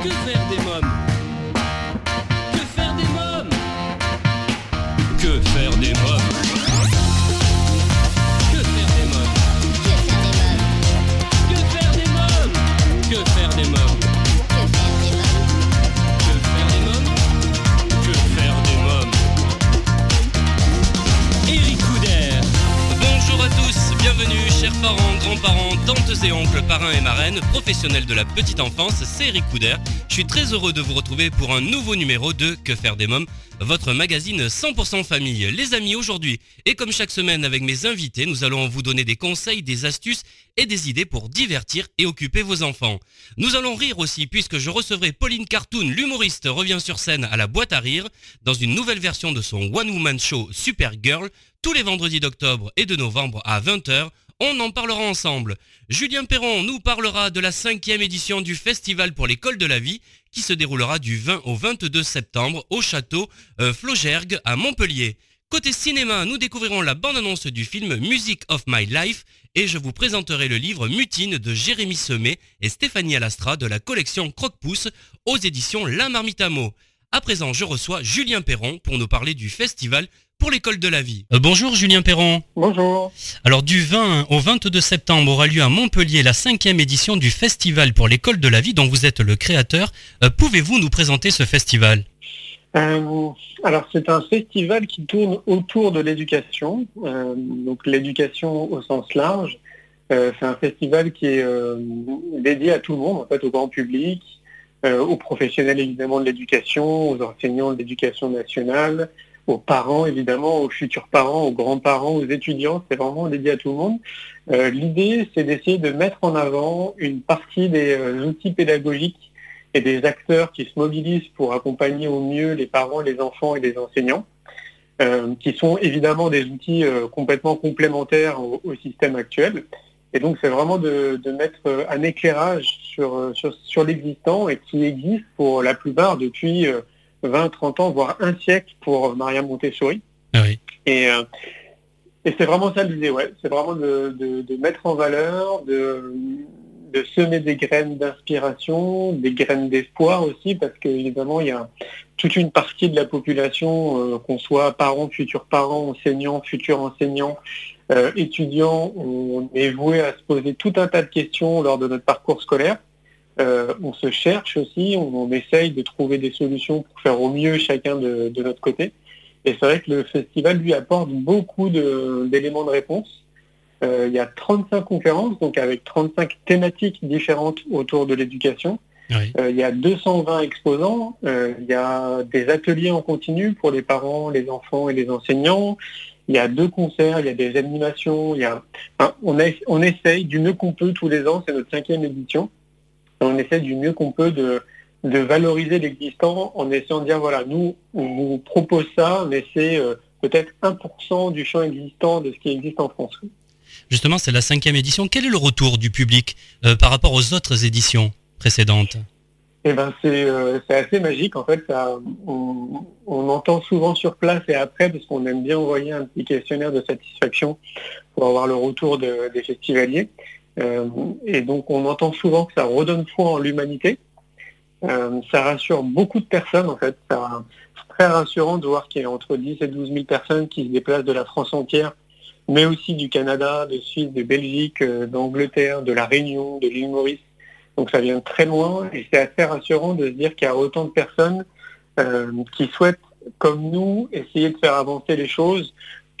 Que faire des mômes? Que faire des mômes? Que faire des mômes? Que faire des mômes? Que faire des mômes? Que faire des mômes? Que faire des mômes? Que faire des mômes? Éric Couder. Bonjour à tous, bienvenue chers parents, grands-parents, tantes et oncles, parrains et marraines, professionnels de la petite enfance, c'est Éric Couder. Je suis très heureux de vous retrouver pour un nouveau numéro de Que faire des mômes, votre magazine 100% famille. Les amis, aujourd'hui, et comme chaque semaine avec mes invités, nous allons vous donner des conseils, des astuces et des idées pour divertir et occuper vos enfants. Nous allons rire aussi puisque je recevrai Pauline Cartoon, l'humoriste, revient sur scène à la boîte à rire dans une nouvelle version de son one-woman show Supergirl, tous les vendredis d'octobre et de novembre à 20h. On en parlera ensemble. Julien Perron nous parlera de la 5e édition du Festival pour l'école de la vie qui se déroulera du 20 au 22 septembre au château Flaugergue à Montpellier. Côté cinéma, nous découvrirons la bande-annonce du film Music of My Life et je vous présenterai le livre Mutine de Jérémy Semet et Stéphanie Alastra de la collection Croque-Pouce aux éditions La Marmite à mots. À présent, je reçois Julien Perron pour nous parler du Festival pour l'école de la vie. Bonjour Julien Perron. Bonjour. Alors du 20 au 22 septembre aura lieu à Montpellier la 5e édition du Festival pour l'école de la vie dont vous êtes le créateur. Pouvez-vous nous présenter ce festival ? Alors c'est un festival qui tourne autour de l'éducation, donc l'éducation au sens large. C'est un festival qui est dédié à tout le monde, en fait au grand public, aux professionnels évidemment de l'éducation, aux enseignants de l'éducation nationale, aux parents évidemment, aux futurs parents, aux grands-parents, aux étudiants, c'est vraiment dédié à tout le monde. L'idée c'est d'essayer de mettre en avant une partie des outils pédagogiques et des acteurs qui se mobilisent pour accompagner au mieux les parents, les enfants et les enseignants, qui sont évidemment des outils complètement complémentaires au système actuel. Et donc c'est vraiment de mettre un éclairage sur l'existant et qui existe pour la plupart depuis 20, 30 ans, voire un siècle pour Maria Montessori. Oui. Et c'est vraiment ça l'idée, ouais. C'est vraiment de mettre en valeur, de semer des graines d'inspiration, des graines d'espoir aussi, parce qu'évidemment, il y a toute une partie de la population, qu'on soit parents, futurs parents, enseignants, futurs enseignants, étudiants, on est voué à se poser tout un tas de questions lors de notre parcours scolaire. On se cherche aussi, on essaye de trouver des solutions pour faire au mieux chacun de notre côté. Et c'est vrai que le festival, lui, apporte beaucoup d'éléments de réponse. Il y a 35 conférences, donc avec 35 thématiques différentes autour de l'éducation. Oui. Il y a 220 exposants, il y a des ateliers en continu pour les parents, les enfants et les enseignants. Il y a 2 concerts, il y a des animations. On essaye du mieux qu'on peut tous les ans, c'est notre 5e édition. On essaie du mieux qu'on peut de valoriser l'existant en essayant de dire, voilà, nous, on vous propose ça, mais c'est peut-être 1% du champ existant de ce qui existe en France. Justement, c'est la 5e édition. Quel est le retour du public par rapport aux autres éditions précédentes ? Eh ben, c'est assez magique, en fait. On entend souvent sur place et après, parce qu'on aime bien envoyer un petit questionnaire de satisfaction pour avoir le retour des festivaliers. Et donc on entend souvent que ça redonne foi en l'humanité. Ça rassure beaucoup de personnes en fait. C'est très rassurant de voir qu'il y a entre 10 et 12 000 personnes qui se déplacent de la France entière, mais aussi du Canada, de Suisse, de Belgique, d'Angleterre, de la Réunion, de l'île Maurice. Donc ça vient de très loin et c'est assez rassurant de se dire qu'il y a autant de personnes qui souhaitent, comme nous, essayer de faire avancer les choses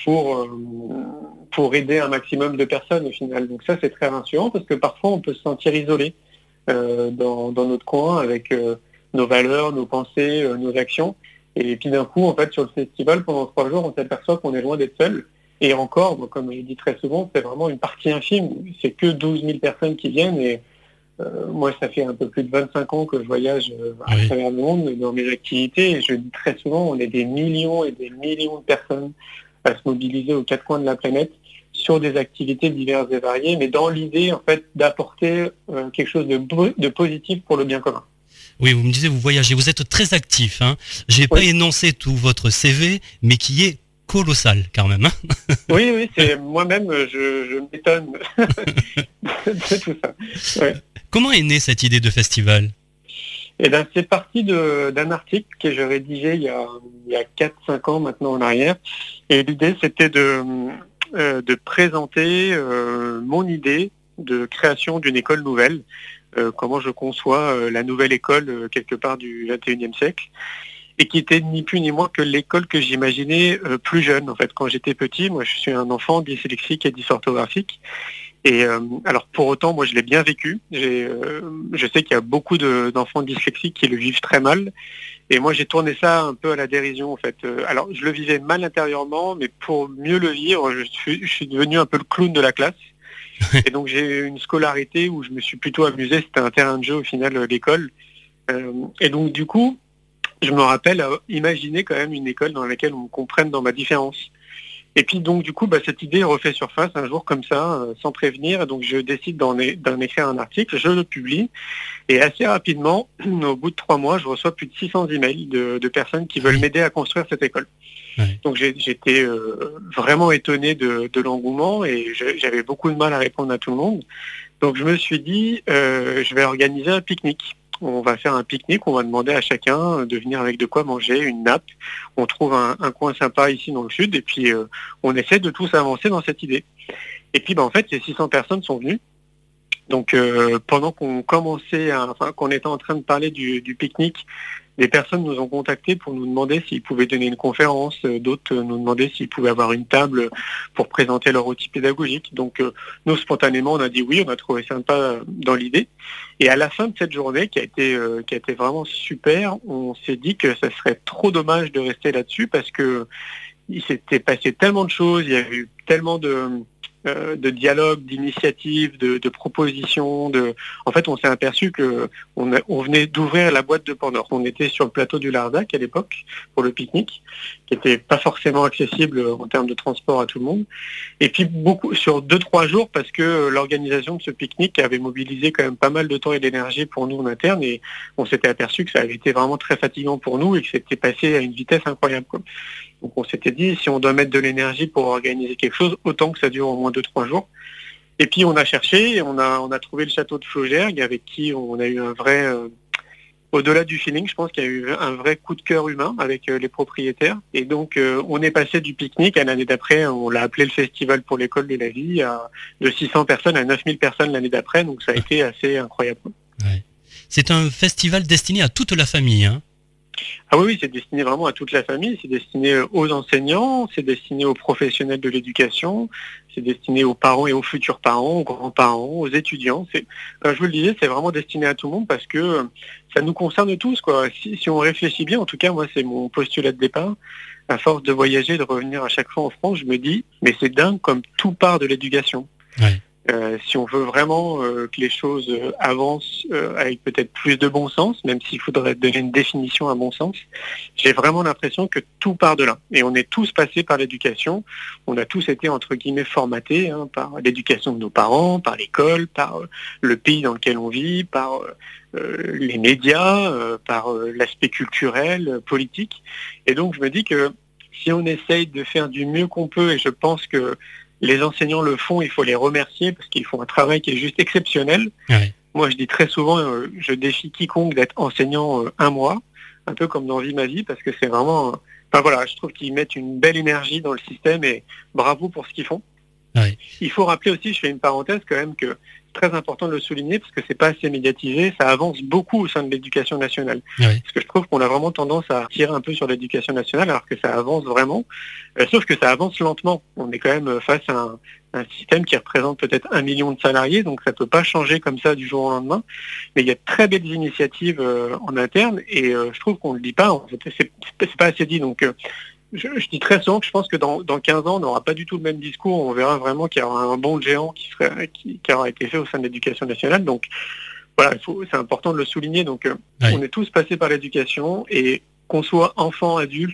pour aider un maximum de personnes au final. Donc ça, c'est très rassurant parce que parfois, on peut se sentir isolé dans notre coin avec nos valeurs, nos pensées, nos actions. Et puis d'un coup, en fait, sur le festival, pendant 3 jours, on s'aperçoit qu'on est loin d'être seul. Et encore, bon, comme je dis très souvent, c'est vraiment une partie infime. C'est que 12 000 personnes qui viennent et moi, ça fait un peu plus de 25 ans que je voyage à travers le monde dans mes activités. Et je dis très souvent, on est des millions et des millions de personnes à se mobiliser aux 4 coins de la planète sur des activités diverses et variées, mais dans l'idée, en fait, d'apporter quelque chose de positif pour le bien commun. Oui, vous me disiez, vous voyagez, vous êtes très actif. Hein. Je n'ai pas énoncé tout votre CV, mais qui est colossal quand même. Hein. Oui, c'est moi-même, je m'étonne de tout ça. Ouais. Comment est née cette idée de festival ? Eh ben, c'est parti d'un article que j'ai rédigé il y a 4-5 ans maintenant en arrière. Et l'idée, c'était de présenter mon idée de création d'une école nouvelle, comment je conçois la nouvelle école quelque part du 21e siècle, et qui était ni plus ni moins que l'école que j'imaginais plus jeune. En fait, quand j'étais petit, moi je suis un enfant dyslexique et dysorthographique. Et alors pour autant, moi je l'ai bien vécu. Je sais qu'il y a beaucoup d'enfants dyslexiques qui le vivent très mal. Et moi j'ai tourné ça un peu à la dérision en fait. Alors je le vivais mal intérieurement, mais pour mieux le vivre, je suis devenu un peu le clown de la classe. Et donc j'ai eu une scolarité où je me suis plutôt amusé. C'était un terrain de jeu au final, l'école. Et donc du coup, je me rappelle imaginer quand même une école dans laquelle on me comprenne dans ma différence. Et puis donc du coup, cette idée refait surface un jour comme ça, sans prévenir. Donc je décide d'en écrire un article, je le publie. Et assez rapidement, au bout de 3 mois, je reçois plus de 600 emails de personnes qui veulent m'aider à construire cette école. Ouais. Donc j'étais vraiment étonné de l'engouement et j'avais beaucoup de mal à répondre à tout le monde. Donc je me suis dit, je vais organiser un pique-nique. On va faire un pique-nique, on va demander à chacun de venir avec de quoi manger, une nappe. On trouve un coin sympa ici dans le sud et puis on essaie de tous avancer dans cette idée. Et puis en fait, les 600 personnes sont venues. Donc pendant qu'on était en train de parler du pique-nique, des personnes nous ont contactés pour nous demander s'ils pouvaient donner une conférence, d'autres nous demandaient s'ils pouvaient avoir une table pour présenter leur outil pédagogique. Donc nous, spontanément, on a dit oui, on a trouvé sympa dans l'idée. Et à la fin de cette journée, qui a été vraiment super, on s'est dit que ça serait trop dommage de rester là-dessus parce que il s'était passé tellement de choses, il y a eu tellement de dialogue, d'initiatives, de propositions. En fait, on s'est aperçu que on venait d'ouvrir la boîte de Pandore. On était sur le plateau du Larzac à l'époque pour le pique-nique, qui n'était pas forcément accessible en termes de transport à tout le monde. Et puis beaucoup sur 2-3 jours, parce que l'organisation de ce pique-nique avait mobilisé quand même pas mal de temps et d'énergie pour nous en interne, et on s'était aperçu que ça avait été vraiment très fatigant pour nous et que c'était passé à une vitesse incroyable, quoi. Donc on s'était dit, si on doit mettre de l'énergie pour organiser quelque chose, autant que ça dure au moins 2-3 jours. Et puis on a cherché, et on a trouvé le château de Flaugergue, avec qui on a eu un vrai, au-delà du feeling, je pense qu'il y a eu un vrai coup de cœur humain avec les propriétaires. Et donc on est passé du pique-nique à l'année d'après, on l'a appelé le Festival pour l'école de la vie, de 600 personnes à 9000 personnes l'année d'après, donc ça a été assez incroyable. Ouais. C'est un festival destiné à toute la famille, hein ? Ah oui, c'est destiné vraiment à toute la famille, c'est destiné aux enseignants, c'est destiné aux professionnels de l'éducation, c'est destiné aux parents et aux futurs parents, aux grands-parents, aux étudiants. Je vous le disais, c'est vraiment destiné à tout le monde parce que ça nous concerne tous, quoi. Si on réfléchit bien, en tout cas, moi, c'est mon postulat de départ. À force de voyager, de revenir à chaque fois en France, je me dis, mais c'est dingue comme tout part de l'éducation. Ouais. Si on veut vraiment que les choses avancent avec peut-être plus de bon sens, même s'il faudrait donner une définition à bon sens, j'ai vraiment l'impression que tout part de là. Et on est tous passés par l'éducation, on a tous été entre guillemets formatés par l'éducation de nos parents, par l'école, par le pays dans lequel on vit, par les médias, par l'aspect culturel, politique. Et donc je me dis que si on essaye de faire du mieux qu'on peut, et je pense que les enseignants le font, il faut les remercier parce qu'ils font un travail qui est juste exceptionnel. Ouais. Moi, je dis très souvent, je défie quiconque d'être enseignant un mois, un peu comme dans Vie ma vie, parce que c'est vraiment... je trouve qu'ils mettent une belle énergie dans le système et bravo pour ce qu'ils font. Ouais. Il faut rappeler aussi, je fais une parenthèse quand même, que c'est très important de le souligner parce que c'est pas assez médiatisé, ça avance beaucoup au sein de l'éducation nationale. Ouais. Parce que je trouve qu'on a vraiment tendance à tirer un peu sur l'éducation nationale alors que ça avance vraiment, sauf que ça avance lentement. On est quand même face à un système qui représente peut-être 1 million de salariés, donc ça peut pas changer comme ça du jour au lendemain. Mais il y a de très belles initiatives en interne et je trouve qu'on le dit pas, en fait, c'est pas assez dit. Donc je dis très souvent que je pense que dans 15 ans, on n'aura pas du tout le même discours. On verra vraiment qu'il y aura un bond de géant qui aura été fait au sein de l'éducation nationale. Donc voilà, c'est important de le souligner. Donc on est tous passés par l'éducation et qu'on soit enfant, adulte,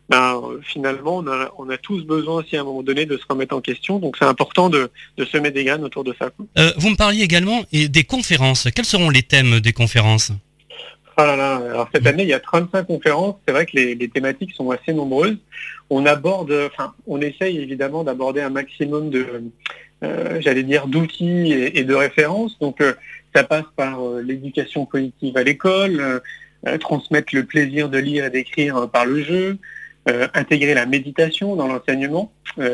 finalement on a tous besoin aussi à un moment donné de se remettre en question. Donc c'est important de semer des graines autour de ça. Vous me parliez également des conférences. Quels seront les thèmes des conférences ? Ah là là, alors cette année, il y a 35 conférences. C'est vrai que les thématiques sont assez nombreuses. On essaye évidemment d'aborder un maximum d'outils et de références. Donc, Ça passe par l'éducation positive à l'école, transmettre le plaisir de lire et d'écrire par le jeu, intégrer la méditation dans l'enseignement,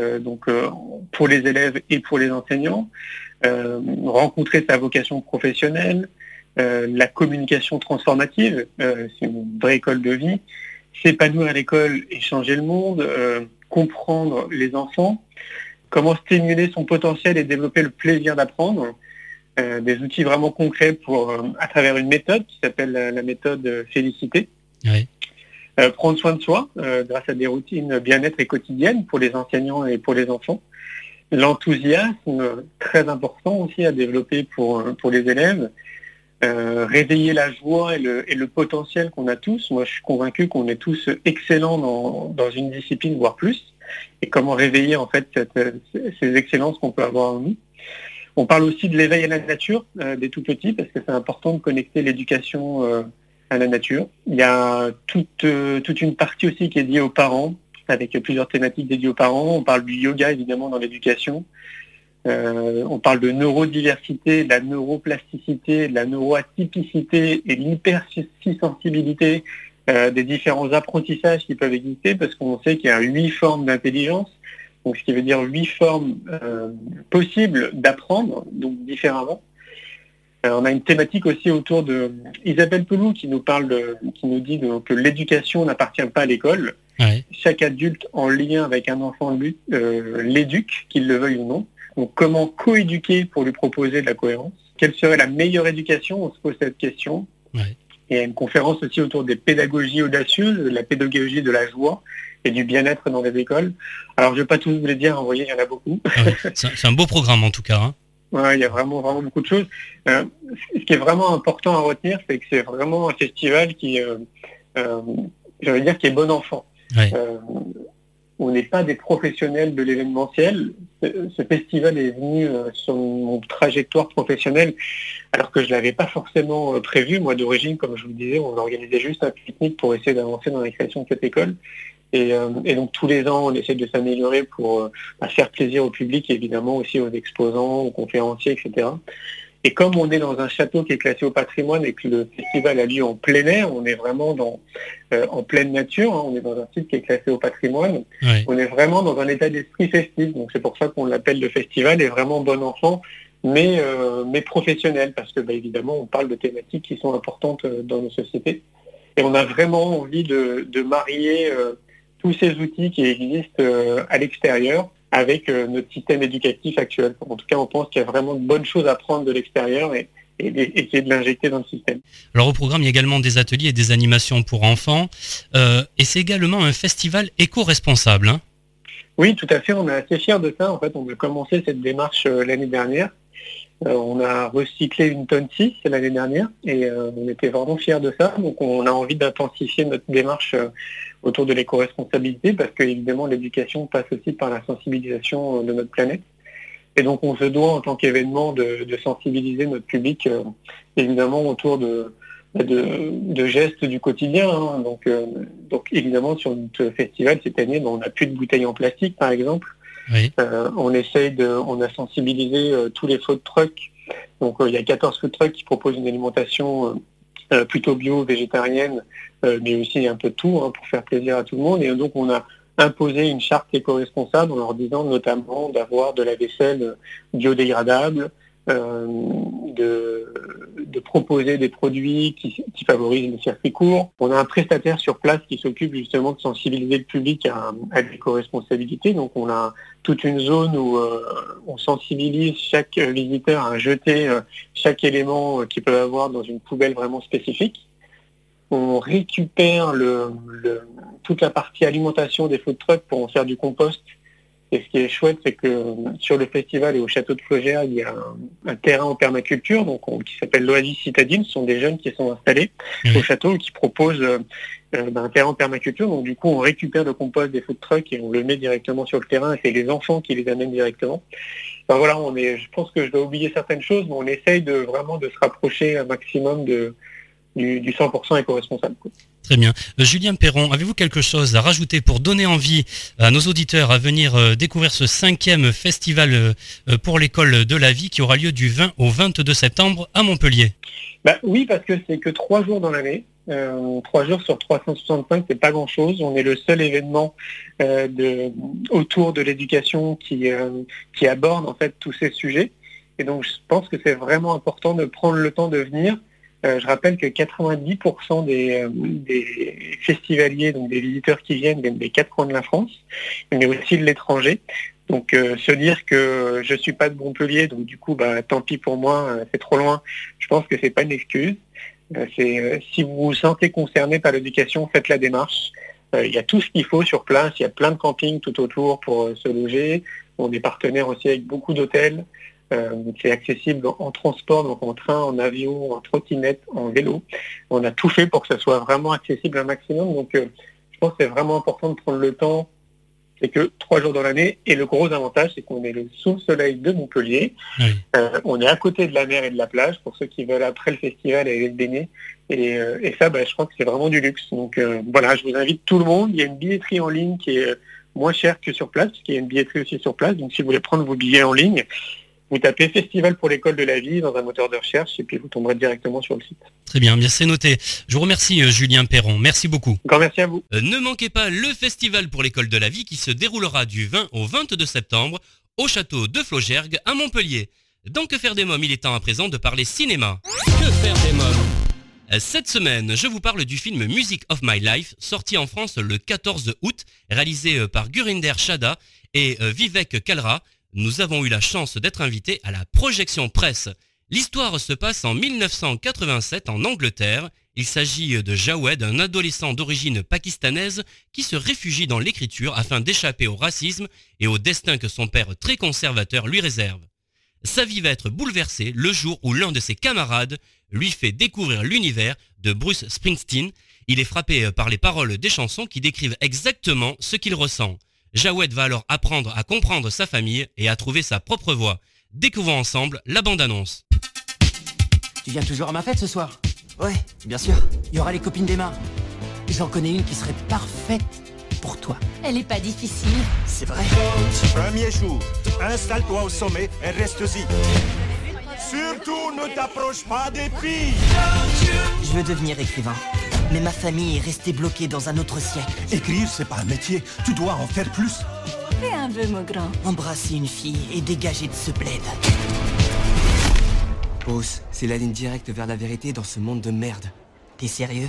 pour les élèves et pour les enseignants, rencontrer sa vocation professionnelle, la communication transformative, c'est une vraie école de vie, s'épanouir à l'école et changer le monde, comprendre les enfants, comment stimuler son potentiel et développer le plaisir d'apprendre, des outils vraiment concrets à travers une méthode qui s'appelle la méthode Félicité. Oui. Prendre soin de soi grâce à des routines bien-être et quotidiennes pour les enseignants et pour les enfants. L'enthousiasme, très important aussi à développer pour les élèves. Réveiller la joie et le potentiel qu'on a tous. Moi, je suis convaincu qu'on est tous excellents dans une discipline, voire plus. Et comment réveiller en fait ces excellences qu'on peut avoir en nous. On parle aussi de l'éveil à la nature des tout petits, parce que c'est important de connecter l'éducation à la nature. Il y a toute une partie aussi qui est liée aux parents, avec plusieurs thématiques dédiées aux parents. On parle du yoga évidemment dans l'éducation. On parle de neurodiversité, de la neuroplasticité, de la neuroatypicité et de l'hypersensibilité, des différents apprentissages qui peuvent exister, parce qu'on sait qu'il y a 8 formes d'intelligence, donc ce qui veut dire 8 formes possibles d'apprendre, donc différemment. On a une thématique aussi autour de Isabelle Peloux qui nous dit que l'éducation n'appartient pas à l'école. Ouais. Chaque adulte en lien avec un enfant l'éduque, qu'il le veuille ou non. Donc comment coéduquer pour lui proposer de la cohérence? Quelle serait la meilleure éducation? On se pose cette question. Ouais. Il y a une conférence aussi autour des pédagogies audacieuses, de la pédagogie de la joie et du bien-être dans les écoles. Alors je ne vais pas tous vous les dire, vous voyez, il y en a beaucoup. Ouais. C'est un beau programme en tout cas. Hein. Ouais, il y a vraiment beaucoup de choses. Ce qui est vraiment important à retenir, c'est que c'est vraiment un festival qui est bon enfant. Ouais. On n'est pas des professionnels de l'événementiel. Ce festival est venu sur mon trajectoire professionnelle, alors que je ne l'avais pas forcément prévu. Moi, d'origine, comme je vous le disais, on organisait juste un pique-nique pour essayer d'avancer dans la création de cette école. Et donc, tous les ans, on essaie de s'améliorer pour faire plaisir au public, et évidemment aussi aux exposants, aux conférenciers, etc. Et comme on est dans un château qui est classé au patrimoine et que le festival a lieu en plein air, on est vraiment en pleine nature, hein, on est dans un site qui est classé au patrimoine, Ouais. on est vraiment dans un état d'esprit festif, donc c'est pour ça qu'on l'appelle le festival, et vraiment bon enfant, mais professionnel, parce que évidemment on parle de thématiques qui sont importantes dans nos sociétés. Et on a vraiment envie de marier tous ces outils qui existent à l'extérieur avec notre système éducatif actuel. En tout cas, on pense qu'il y a vraiment de bonnes choses à prendre de l'extérieur et essayer de l'injecter dans le système. Alors au programme, il y a également des ateliers et des animations pour enfants. Et c'est également un festival éco-responsable. Hein. Oui, tout à fait. On est assez fiers de ça. En fait, on a commencé cette démarche l'année dernière. On a recyclé 1,6 tonne l'année dernière et on était vraiment fiers de ça. Donc on a envie d'intensifier notre démarche autour de l'éco-responsabilité, parce que évidemment l'éducation passe aussi par la sensibilisation de notre planète. Et donc on se doit en tant qu'événement de sensibiliser notre public évidemment autour de gestes du quotidien. Hein. Donc évidemment sur notre festival cette année, on n'a plus de bouteilles en plastique par exemple. Oui. On a sensibilisé tous les food trucks. Donc il y a 14 food trucks qui proposent une alimentation plutôt bio, végétarienne, mais aussi un peu de tout pour faire plaisir à tout le monde. Et donc on a imposé une charte éco-responsable en leur disant notamment d'avoir de la vaisselle biodégradable, de proposer des produits qui favorisent le circuit court. On a un prestataire sur place qui s'occupe justement de sensibiliser le public à l'éco-responsabilité. Donc on a toute une zone où on sensibilise chaque visiteur à jeter chaque élément qu'il peut avoir dans une poubelle vraiment spécifique. On récupère toute la partie alimentation des food trucks pour en faire du compost. Et ce qui est chouette, c'est que sur le festival et au château de Flogère, il y a un terrain en permaculture qui s'appelle l'Oasis Citadine. Ce sont des jeunes qui sont installés au château et qui proposent un terrain en permaculture. Donc du coup, on récupère le compost des food trucks et on le met directement sur le terrain. Et c'est les enfants qui les amènent directement. Enfin, voilà, je pense que je dois oublier certaines choses, mais on essaye vraiment de se rapprocher un maximum de du 100% éco-responsable, quoi. Très bien. Julien Perron, avez-vous quelque chose à rajouter pour donner envie à nos auditeurs à venir découvrir ce 5e festival pour l'école de la vie qui aura lieu du 20 au 22 septembre à Montpellier? Oui, parce que c'est que 3 jours dans l'année. 3 jours sur 365, c'est pas grand-chose. On est le seul événement autour de l'éducation qui aborde en fait tous ces sujets. Et donc je pense que c'est vraiment important de prendre le temps de venir. Je rappelle que 90% des festivaliers, donc des visiteurs qui viennent des 4 coins de la France, mais aussi de l'étranger. Donc se dire que je suis pas de Montpellier, donc du coup tant pis pour moi, c'est trop loin. Je pense que c'est pas une excuse. Si vous vous sentez concerné par l'éducation, faites la démarche. Il y a tout ce qu'il faut sur place. Il y a plein de campings tout autour pour se loger. On est partenaire aussi avec beaucoup d'hôtels. C'est accessible en transport, donc en train, en avion, en trottinette, en vélo. On a tout fait pour que ça soit vraiment accessible un maximum. Donc je pense que c'est vraiment important de prendre le temps. C'est que 3 jours dans l'année, et le gros avantage, c'est qu'on est sous le soleil de Montpellier. Oui. On est à côté de la mer et de la plage, pour ceux qui veulent après le festival aller se baigner. Et ça, je crois que c'est vraiment du luxe. Donc voilà, je vous invite tout le monde. Il y a une billetterie en ligne qui est moins chère que sur place, parce qu'il y a une billetterie aussi sur place. Donc si vous voulez prendre vos billets en ligne, vous tapez Festival pour l'école de la vie dans un moteur de recherche et puis vous tomberez directement sur le site. Très bien, c'est noté. Je vous remercie Julien Perron, merci beaucoup. Grand merci à vous. Ne manquez pas le Festival pour l'école de la vie qui se déroulera du 20 au 22 septembre au château de Flaugergues à Montpellier. Dans Que faire des mômes, il est temps à présent de parler cinéma. Que faire des mômes? Cette semaine, je vous parle du film Music of My Life, sorti en France le 14 août, réalisé par Gurinder Chadha et Vivek Kalra. Nous avons eu la chance d'être invités à la projection presse. L'histoire se passe en 1987 en Angleterre. Il s'agit de Jawed, un adolescent d'origine pakistanaise qui se réfugie dans l'écriture afin d'échapper au racisme et au destin que son père très conservateur lui réserve. Sa vie va être bouleversée le jour où l'un de ses camarades lui fait découvrir l'univers de Bruce Springsteen. Il est frappé par les paroles des chansons qui décrivent exactement ce qu'il ressent. Jawed va alors apprendre à comprendre sa famille et à trouver sa propre voie. Découvrons ensemble la bande-annonce. Tu viens toujours à ma fête ce soir? Ouais, bien sûr. Il y aura les copines d'Emma. J'en connais une qui serait parfaite pour toi. Elle est pas difficile. C'est vrai. Premier jour, installe-toi au sommet et reste-y. Surtout ne t'approche pas des filles. Je veux devenir écrivain. Mais ma famille est restée bloquée dans un autre siècle. Écrire, c'est pas un métier. Tu dois en faire plus. Fais un peu, mon grand. Embrasser une fille et dégager de ce bled. Bruce, c'est la ligne directe vers la vérité dans ce monde de merde. T'es sérieux?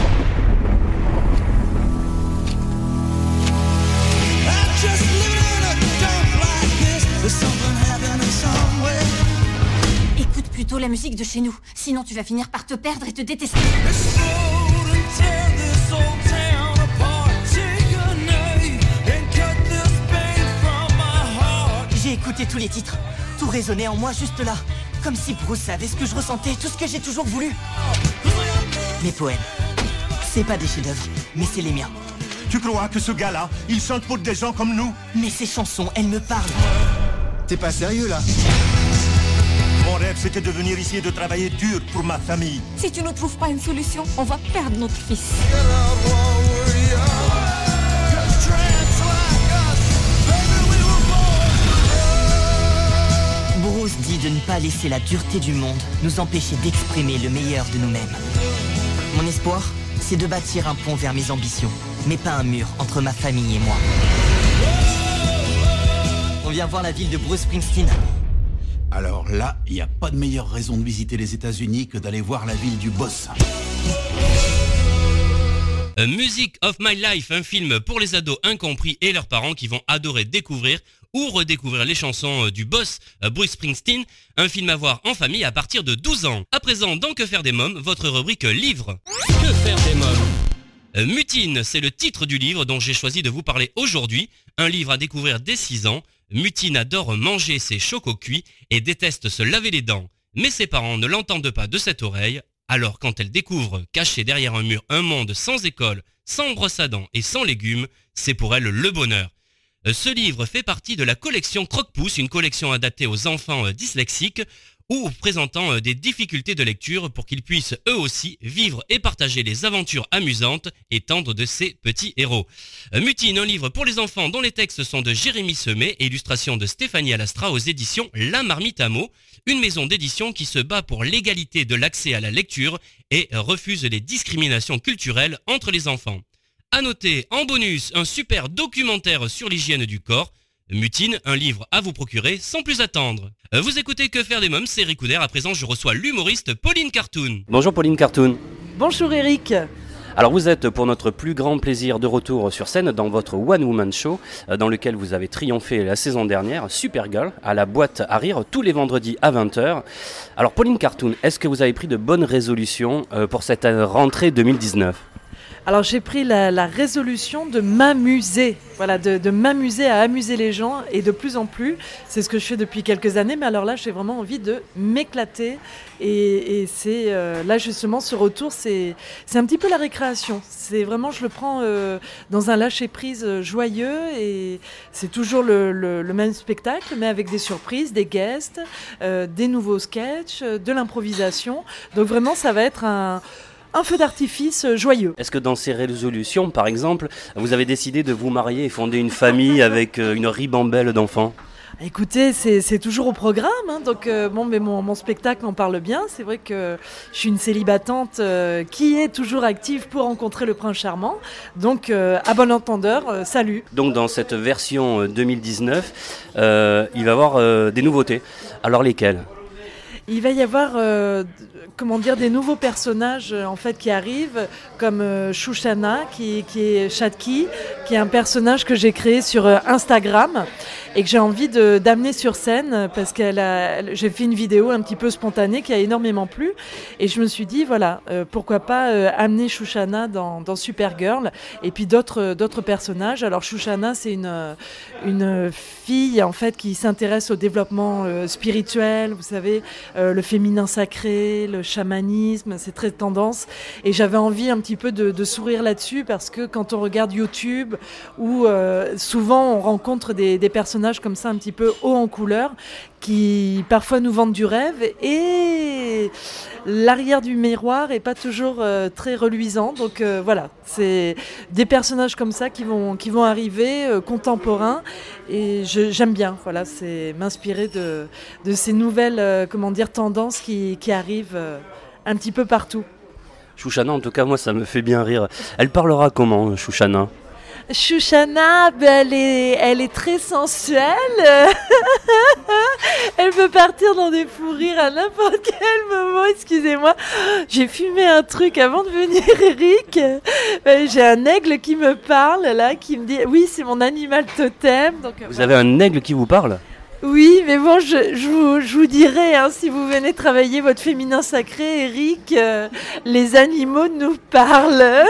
Écoute plutôt la musique de chez nous, sinon tu vas finir par te perdre et te détester. J'ai écouté tous les titres. Tout résonnait en moi juste là. Comme si Bruce savait ce que je ressentais, tout ce que j'ai toujours voulu. Mes poèmes, c'est pas des chefs-d'œuvre, mais c'est les miens. Tu crois que ce gars-là, il chante pour des gens comme nous? Mais ces chansons, elles me parlent. T'es pas sérieux là? Mon rêve, c'était de venir ici et de travailler dur pour ma famille. Si tu ne trouves pas une solution, on va perdre notre fils. Bruce dit de ne pas laisser la dureté du monde nous empêcher d'exprimer le meilleur de nous-mêmes. Mon espoir, c'est de bâtir un pont vers mes ambitions, mais pas un mur entre ma famille et moi. On vient voir la ville de Bruce Springsteen. Alors là, il n'y a pas de meilleure raison de visiter les États-Unis que d'aller voir la ville du boss. Music of My Life, un film pour les ados incompris et leurs parents qui vont adorer découvrir ou redécouvrir les chansons du boss Bruce Springsteen, un film à voir en famille à partir de 12 ans. À présent, dans Que faire des mômes, votre rubrique livre. Que faire des mômes? Mutine, c'est le titre du livre dont j'ai choisi de vous parler aujourd'hui, un livre à découvrir dès 6 ans. Mutine adore manger ses chocos cuits et déteste se laver les dents. Mais ses parents ne l'entendent pas de cette oreille. Alors quand elle découvre, caché derrière un mur, un monde sans école, sans brosse à dents et sans légumes, c'est pour elle le bonheur. Ce livre fait partie de la collection Croque-Pouce, une collection adaptée aux enfants dyslexiques. ou présentant des difficultés de lecture pour qu'ils puissent eux aussi vivre et partager les aventures amusantes et tendres de ces petits héros. Mutine, un livre pour les enfants dont les textes sont de Jérémy Semet et illustrations de Stéphanie Alastra aux éditions La Marmite à mots, une maison d'édition qui se bat pour l'égalité de l'accès à la lecture et refuse les discriminations culturelles entre les enfants. À noter, en bonus, un super documentaire sur l'hygiène du corps. Mutine, un livre à vous procurer sans plus attendre. Vous écoutez Que faire des mômes, c'est Eric Couder. À présent, je reçois l'humoriste Pauline Cartoon. Bonjour Pauline Cartoon. Bonjour Eric. Alors vous êtes pour notre plus grand plaisir de retour sur scène dans votre One Woman Show dans lequel vous avez triomphé la saison dernière, Supergirl, à la boîte à rire tous les vendredis à 20h. Alors Pauline Cartoon, est-ce que vous avez pris de bonnes résolutions pour cette rentrée 2019 ? Alors j'ai pris la résolution de m'amuser, voilà, de m'amuser à amuser les gens et de plus en plus, c'est ce que je fais depuis quelques années, mais alors là j'ai vraiment envie de m'éclater et c'est là justement ce retour, c'est un petit peu la récréation, c'est vraiment, je le prends dans un lâcher-prise joyeux et c'est toujours le même spectacle mais avec des surprises, des guests, des nouveaux sketchs, de l'improvisation, donc vraiment ça va être un feu d'artifice joyeux. Est-ce que dans ces résolutions, par exemple, vous avez décidé de vous marier et fonder une famille avec une ribambelle d'enfants ? Écoutez, c'est toujours au programme, hein, donc mais mon spectacle en parle bien. C'est vrai que je suis une célibatante qui est toujours active pour rencontrer le prince charmant. Donc, à bon entendeur, salut. Donc, dans cette version 2019, il va y avoir des nouveautés. Alors, lesquelles ? Il va y avoir des nouveaux personnages en fait qui arrivent comme Shoshana qui est Chatki, qui est un personnage que j'ai créé sur Instagram et que j'ai envie d'amener sur scène parce j'ai fait une vidéo un petit peu spontanée qui a énormément plu et je me suis dit voilà pourquoi pas amener Shoshana dans Supergirl et puis d'autres personnages. Alors Shoshana c'est une fille en fait qui s'intéresse au développement spirituel, vous savez, le féminin sacré, le chamanisme, c'est très tendance et j'avais envie un petit peu de sourire là-dessus parce que quand on regarde YouTube où souvent on rencontre des personnages comme ça un petit peu haut en couleur qui parfois nous vendent du rêve et l'arrière du miroir est pas toujours très reluisant, donc voilà, c'est des personnages comme ça qui vont arriver contemporains et j'aime bien, voilà, c'est m'inspirer de ces nouvelles tendances qui arrivent un petit peu partout. Shoshana, en tout cas moi ça me fait bien rire. Elle parlera comment, Shoshana ? Shoshana, elle est très sensuelle. Elle peut partir dans des fous rires à n'importe quel moment. Excusez-moi, j'ai fumé un truc avant de venir, Eric. J'ai un aigle qui me parle là, qui me dit oui, c'est mon animal totem. Donc, vous avez un aigle qui vous parle ? Oui, mais bon, je vous dirai, hein, si vous venez travailler votre féminin sacré, Eric, les animaux nous parlent.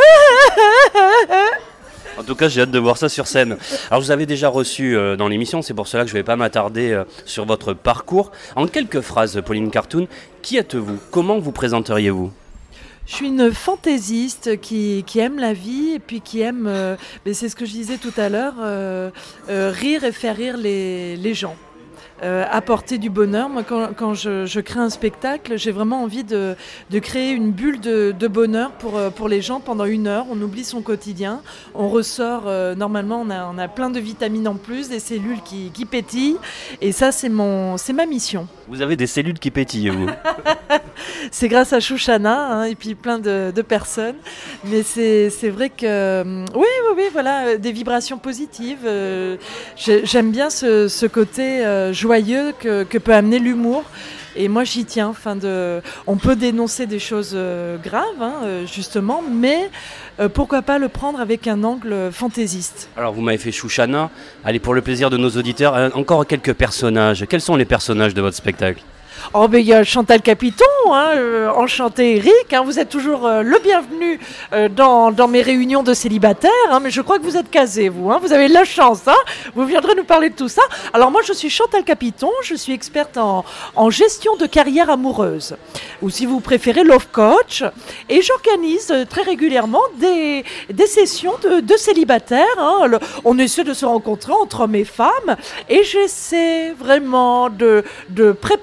En tout cas, j'ai hâte de voir ça sur scène. Alors, vous avez déjà reçu dans l'émission, c'est pour cela que je ne vais pas m'attarder sur votre parcours. En quelques phrases, Pauline Cartoon, qui êtes-vous ? Comment vous présenteriez-vous ? Je suis une fantaisiste qui aime la vie et puis qui aime, c'est ce que je disais tout à l'heure, rire et faire rire les gens. Apporter du bonheur. Moi, quand je crée un spectacle, j'ai vraiment envie de créer une bulle de bonheur pour les gens pendant 1 heure. On oublie son quotidien. On ressort, normalement, on a plein de vitamines en plus, des cellules qui pétillent. Et ça, c'est ma mission. Vous avez des cellules qui pétillent, vous. C'est grâce à Shoshana, hein, et puis plein de personnes. Mais c'est vrai que... oui, voilà, des vibrations positives. J'aime bien ce côté joyeux que peut amener l'humour. Et moi, j'y tiens. On peut dénoncer des choses graves, hein, justement, mais pourquoi pas le prendre avec un angle fantaisiste. Alors, vous m'avez fait Shoshana. Allez, pour le plaisir de nos auditeurs, encore quelques personnages. Quels sont les personnages de votre spectacle ? Oh, ben il y a Chantal Capiton, hein, enchanté Eric, hein, vous êtes toujours le bienvenu dans mes réunions de célibataires, hein, mais je crois que vous êtes casé, vous, hein, vous avez de la chance, hein, vous viendrez nous parler de tout ça. Alors moi je suis Chantal Capiton, je suis experte en gestion de carrière amoureuse, ou si vous préférez love coach, et j'organise très régulièrement des sessions de célibataires, hein, on essaie de se rencontrer entre hommes et femmes, et j'essaie vraiment de préparer ces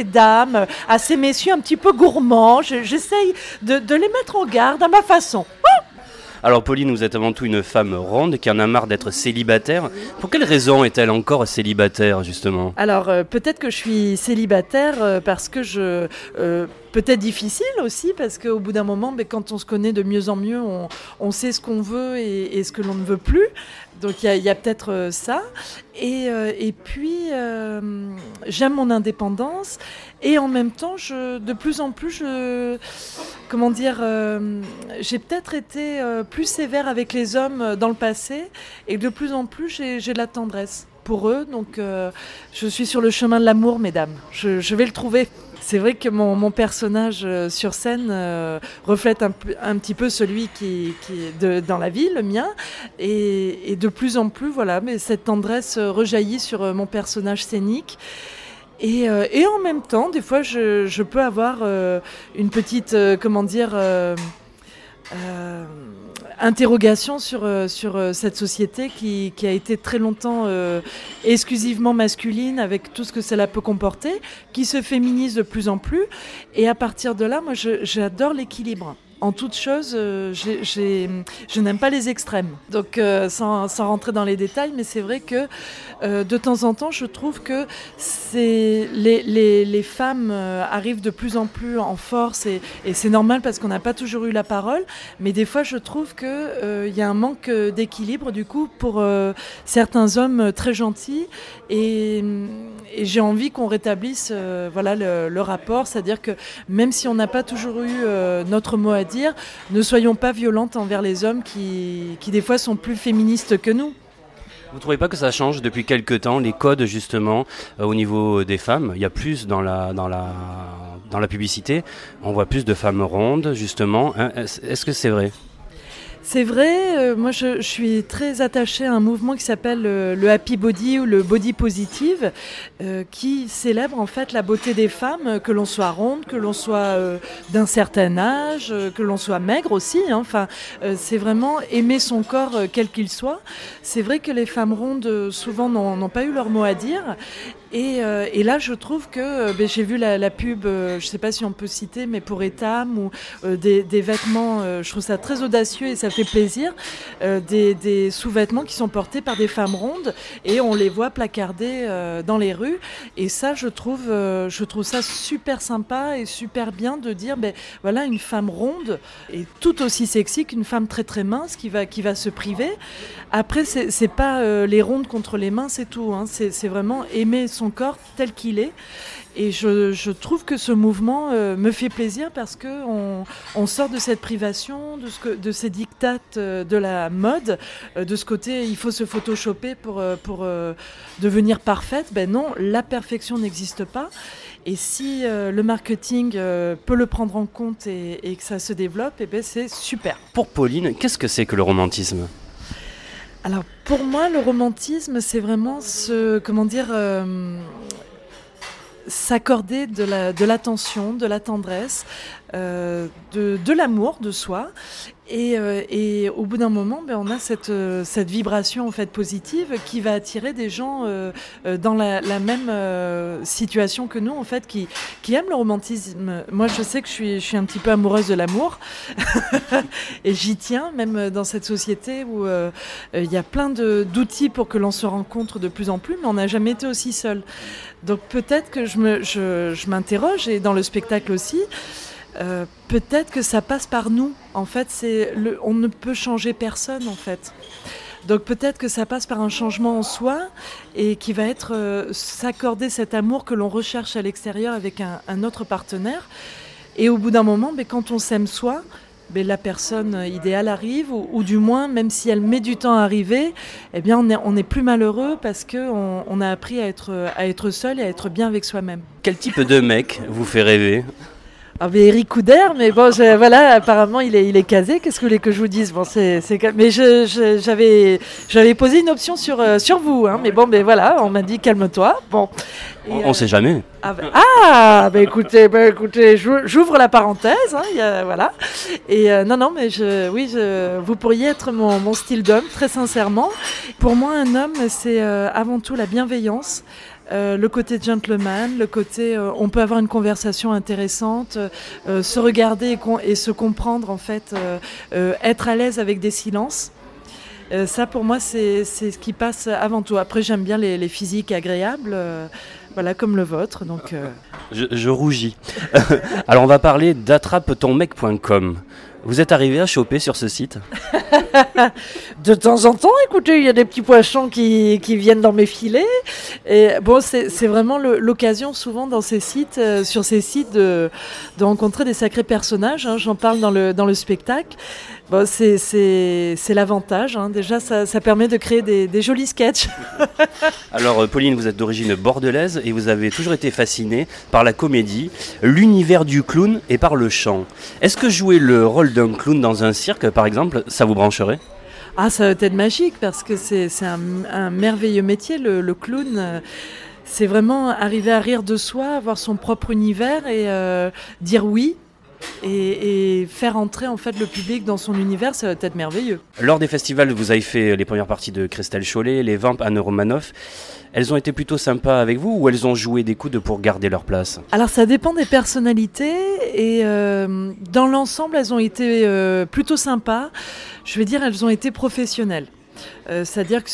ces dames, à ces messieurs un petit peu gourmands. J'essaye de les mettre en garde à ma façon. Alors Pauline, vous êtes avant tout une femme ronde qui en a marre d'être célibataire. Pour quelle raison est-elle encore célibataire, justement ? Alors, peut-être que je suis célibataire parce que peut-être difficile aussi, parce qu'au bout d'un moment, quand on se connaît de mieux en mieux, on sait ce qu'on veut et ce que l'on ne veut plus. Donc il y a peut-être ça. Et puis, j'aime mon indépendance. Et en même temps, de plus en plus, j'ai peut-être été plus sévère avec les hommes dans le passé. Et de plus en plus, j'ai de la tendresse pour eux. Donc je suis sur le chemin de l'amour, mesdames. Je vais le trouver. C'est vrai que mon personnage sur scène reflète un petit peu celui qui est dans la vie, le mien. Et de plus en plus, voilà, mais cette tendresse rejaillit sur mon personnage scénique. Et en même temps, des fois, je peux avoir une petite, interrogation sur cette société qui a été très longtemps exclusivement masculine, avec tout ce que cela peut comporter, qui se féminise de plus en plus. Et à partir de là, moi, j'adore l'équilibre. En toute chose, je n'aime pas les extrêmes. Donc, sans rentrer dans les détails, mais c'est vrai que de temps en temps, je trouve que les femmes arrivent de plus en plus en force et c'est normal parce qu'on n'a pas toujours eu la parole. Mais des fois, je trouve qu'il y a un manque d'équilibre du coup pour certains hommes très gentils et j'ai envie qu'on rétablisse le rapport, c'est-à-dire que même si on n'a pas toujours eu notre mot à dire, ne soyons pas violentes envers les hommes qui des fois sont plus féministes que nous. Vous ne trouvez pas que ça change depuis quelques temps, les codes justement au niveau des femmes ? Il y a plus dans la publicité, on voit plus de femmes rondes justement. Est-ce que c'est vrai ? C'est vrai, moi je suis très attachée à un mouvement qui s'appelle le happy body ou le body positive, qui célèbre en fait la beauté des femmes, que l'on soit ronde, que l'on soit d'un certain âge, que l'on soit maigre aussi. Enfin, c'est vraiment aimer son corps quel qu'il soit. C'est vrai que les femmes rondes souvent n'ont pas eu leur mot à dire. Et là, je trouve que j'ai vu la pub, je ne sais pas si on peut citer, mais pour Etam, ou des vêtements, je trouve ça très audacieux et ça fait plaisir, des sous-vêtements qui sont portés par des femmes rondes et on les voit placardés dans les rues. Et ça, je trouve ça super sympa et super bien de dire, voilà, une femme ronde est tout aussi sexy qu'une femme très très mince qui va se priver. Après, c'est pas les rondes contre les minces et tout, hein. C'est vraiment aimer son corps tel qu'il est. Et je trouve que ce mouvement me fait plaisir parce qu'on sort de cette privation, de ces dictates de la mode, de ce côté il faut se photoshopper pour devenir parfaite. Non, la perfection n'existe pas. Et si le marketing peut le prendre en compte et que ça se développe, c'est super. Pour Pauline, qu'est-ce que c'est que le romantisme ? Alors pour moi, le romantisme, c'est vraiment s'accorder de l'attention, de la tendresse, de l'amour de soi. Et au bout d'un moment, on a cette vibration en fait positive qui va attirer des gens dans la même situation que nous en fait, qui aiment le romantisme. Moi, je sais que je suis un petit peu amoureuse de l'amour et j'y tiens, même dans cette société où il y a plein d'outils pour que l'on se rencontre de plus en plus, mais on n'a jamais été aussi seul. Donc peut-être que je m'interroge, et dans le spectacle aussi. Peut-être que ça passe par nous. En fait, on ne peut changer personne, en fait. Donc peut-être que ça passe par un changement en soi et qui va être s'accorder cet amour que l'on recherche à l'extérieur avec un autre partenaire. Et au bout d'un moment, quand on s'aime soi, la personne idéale arrive, ou du moins, même si elle met du temps à arriver, on est plus malheureux parce qu'on a appris à être seul et à être bien avec soi-même. Quel type de mec vous fait rêver ? Eric Couder, mais bon, voilà, apparemment il est casé. Qu'est-ce que vous voulez que je vous dise ? Bon, mais j'avais posé une option sur vous, hein, mais bon, voilà, on m'a dit calme-toi. Bon, on sait jamais. Écoutez, j'ouvre la parenthèse, hein, voilà. Et non, mais vous pourriez être mon style d'homme, très sincèrement. Pour moi, un homme, c'est avant tout la bienveillance. le côté gentleman, le côté on peut avoir une conversation intéressante, se regarder et se comprendre en fait, être à l'aise avec des silences. Ça pour moi c'est ce qui passe avant tout. Après j'aime bien les physiques agréables, voilà comme le vôtre. Donc, je rougis. Alors on va parler d'attrapetonmec.com. Vous êtes arrivé à choper sur ce site ? De temps en temps, écoutez, il y a des petits poissons qui viennent dans mes filets. Et bon, c'est vraiment l'occasion souvent dans ces sites, sur ces sites, de rencontrer des sacrés personnages. Hein. J'en parle dans le spectacle. Bon, c'est l'avantage. Hein. Déjà, ça permet de créer des jolis sketchs. Alors, Pauline, vous êtes d'origine bordelaise et vous avez toujours été fascinée par la comédie, l'univers du clown et par le chant. Est-ce que jouer le rôle d'un clown dans un cirque, par exemple, ça vous brancherait ? Ah, ça va être magique parce que c'est un merveilleux métier, le clown. C'est vraiment arriver à rire de soi, avoir son propre univers et dire oui. Et faire entrer en fait le public dans son univers, ça va être merveilleux. Lors des festivals, vous avez fait les premières parties de Christelle Chollet, les Vamps, Anne Romanoff. Elles ont été plutôt sympas avec vous ou elles ont joué des coudes pour garder leur place ? Alors ça dépend des personnalités et dans l'ensemble, elles ont été plutôt sympas. Je veux dire, elles ont été professionnelles. C'est-à-dire que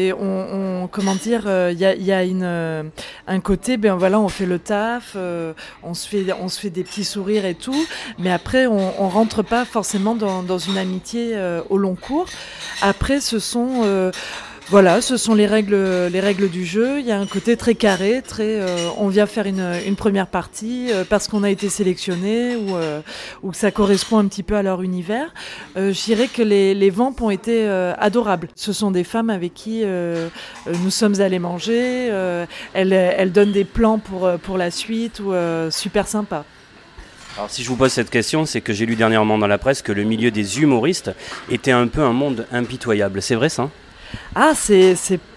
y a un côté, ben voilà, on fait le taf, on se fait des petits sourires et tout, mais après on rentre pas forcément dans une amitié au long cours. Après, ce sont les règles du jeu. Il y a un côté très carré, on vient faire une première partie parce qu'on a été sélectionné ou que ça correspond un petit peu à leur univers. Je dirais que les Vamps ont été adorables. Ce sont des femmes avec qui nous sommes allés manger. Elles donnent des plans pour la suite, super sympa. Alors si je vous pose cette question, c'est que j'ai lu dernièrement dans la presse que le milieu des humoristes était un peu un monde impitoyable. C'est vrai ça ? Ah, c'est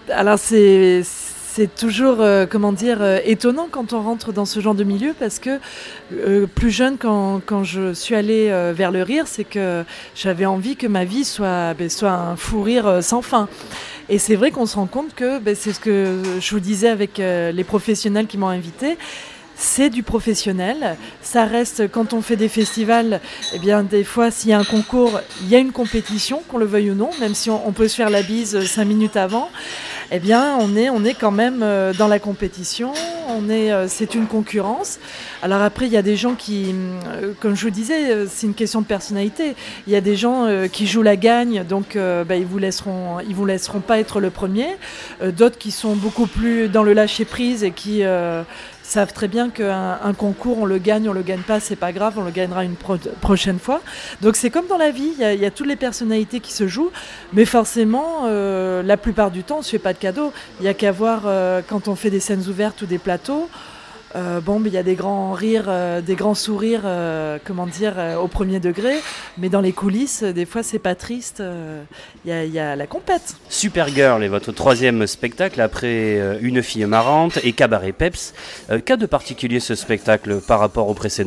toujours, étonnant quand on rentre dans ce genre de milieu parce que plus jeune, quand je suis allée vers le rire, c'est que j'avais envie que ma vie soit un fou rire sans fin. Et c'est vrai qu'on se rend compte que, c'est ce que je vous disais avec les professionnels qui m'ont invitée, c'est du professionnel. Ça reste, quand on fait des festivals, eh bien, des fois, s'il y a un concours, il y a une compétition, qu'on le veuille ou non, même si on peut se faire la bise 5 minutes avant. Eh bien, on est quand même dans la compétition. C'est une concurrence. Alors après, il y a des gens qui, comme je vous disais, c'est une question de personnalité. Il y a des gens qui jouent la gagne, donc ils vous laisseront pas être le premier. D'autres qui sont beaucoup plus dans le lâcher prise et qui savent très bien qu'un concours, on le gagne pas, c'est pas grave, on le gagnera une prochaine fois. Donc c'est comme dans la vie, il y a toutes les personnalités qui se jouent, mais forcément, la plupart du temps, on se fait pas de cadeaux. Il y a qu'à voir quand on fait des scènes ouvertes ou des plateaux. Il y a des grands rires, des grands sourires, au premier degré, mais dans les coulisses, des fois, c'est pas triste. Il y a la compète. Supergirl est votre 3e spectacle après Une fille marrante et Cabaret Peps. Qu'a de particulier ce spectacle par rapport au précédent ?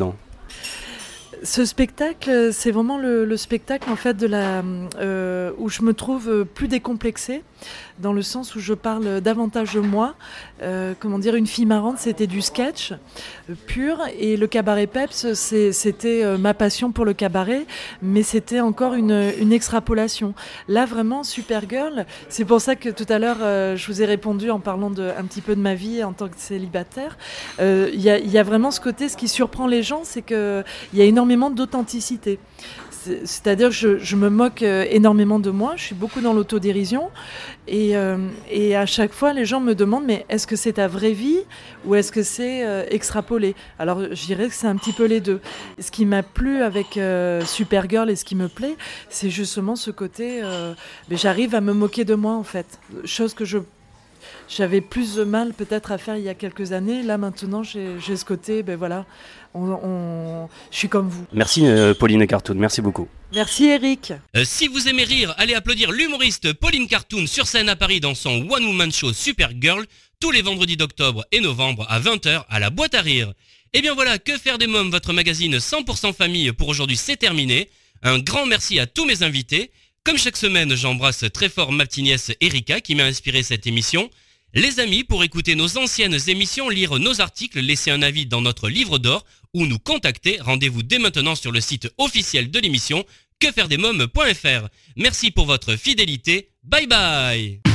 Ce spectacle, c'est vraiment le spectacle en fait où je me trouve plus décomplexée, dans le sens où je parle davantage de moi. Une fille marrante, c'était du sketch pur, et le Cabaret Peps, c'était ma passion pour le cabaret, mais c'était encore une extrapolation. Là, vraiment, Supergirl, c'est pour ça que tout à l'heure, je vous ai répondu en parlant un petit peu de ma vie en tant que célibataire. Il y a vraiment ce côté, ce qui surprend les gens, c'est qu'il y a énormément d'authenticité. C'est-à-dire que je me moque énormément de moi, je suis beaucoup dans l'autodérision et à chaque fois les gens me demandent mais est-ce que c'est ta vraie vie ou est-ce que c'est extrapolé ? Alors je dirais que c'est un petit peu les deux. Ce qui m'a plu avec Supergirl et ce qui me plaît, c'est justement ce côté, j'arrive à me moquer de moi en fait, chose que j'avais plus de mal peut-être à faire il y a quelques années. Là maintenant j'ai ce côté, je suis comme vous. Merci Pauline Cartoon, merci beaucoup. Merci Eric. Si vous aimez rire, allez applaudir l'humoriste Pauline Cartoon sur scène à Paris dans son One Woman Show Supergirl tous les vendredis d'octobre et novembre à 20h à la Boîte à Rire. Et bien voilà, Que faire des mômes, votre magazine 100% famille pour aujourd'hui, c'est terminé. Un grand merci à tous mes invités. Comme chaque semaine, j'embrasse très fort ma petite nièce Erika qui m'a inspiré cette émission. Les amis, pour écouter nos anciennes émissions, lire nos articles, laisser un avis dans notre livre d'or ou nous contacter, rendez-vous dès maintenant sur le site officiel de l'émission quefairedesmoms.fr. Merci pour votre fidélité. Bye bye.